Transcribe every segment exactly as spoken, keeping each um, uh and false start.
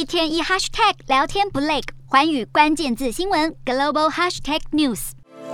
天一 hashtag 聊天不累，寰宇关键字新闻 global hashtag news。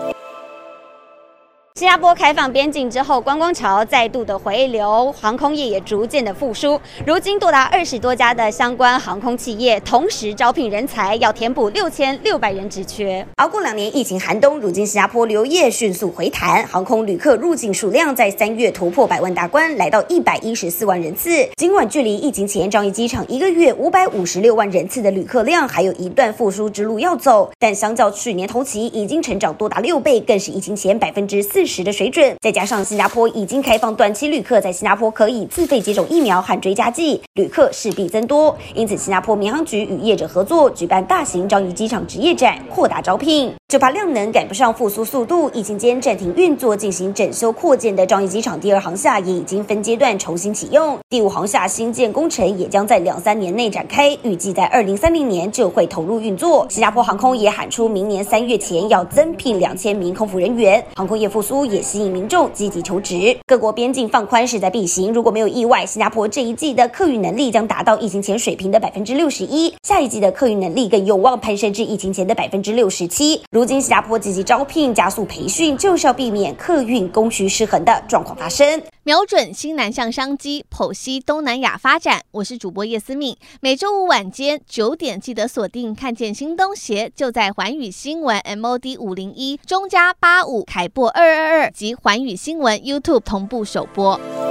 新加坡开放边境之后，观光潮再度的回流，航空业也逐渐的复苏。如今多达二十多家的相关航空企业同时招聘人才，要填补六千六百人职缺。熬过两年疫情寒冬，如今新加坡旅游业迅速回弹，航空旅客入境数量在三月突破百万大关，来到一百一十四万人次。尽管距离疫情前樟宜机场一个月五百五十六万人次的旅客量还有一段复苏之路要走，但相较去年同期已经成长多达六倍，更是疫情前百分之四十的水准。再加上新加坡已经开放短期旅客在新加坡可以自费接种疫苗和追加剂，旅客势必增多。因此，新加坡民航局与业者合作，举办大型樟宜机场职业展，扩大招聘。就怕量能赶不上复苏速度，疫情间暂停运作进行整修扩建的樟宜机场第二航厦也已经分阶段重新启用，第五航厦新建工程也将在两三年内展开，预计在二零三零年就会投入运作。新加坡航空也喊出明年三月前要增聘两千名空服人员，航空业复苏也吸引民众积极求职。各国边境放宽势在必行，如果没有意外，新加坡这一季的客运能力将达到疫情前水平的百分之六十一，下一季的客运能力更有望攀升至疫情前的百分之六十七。如今新加坡积极招聘、加速培训，就是要避免客运供需失衡的状况发生。 瞄准新南向商机，剖析东南亚发展。我是主播叶思敏，每周五晚间九点记得锁定看见新东协，就在寰宇新闻 M O D 五零一中加八五凯播二二二及寰宇新闻 YouTube 同步首播。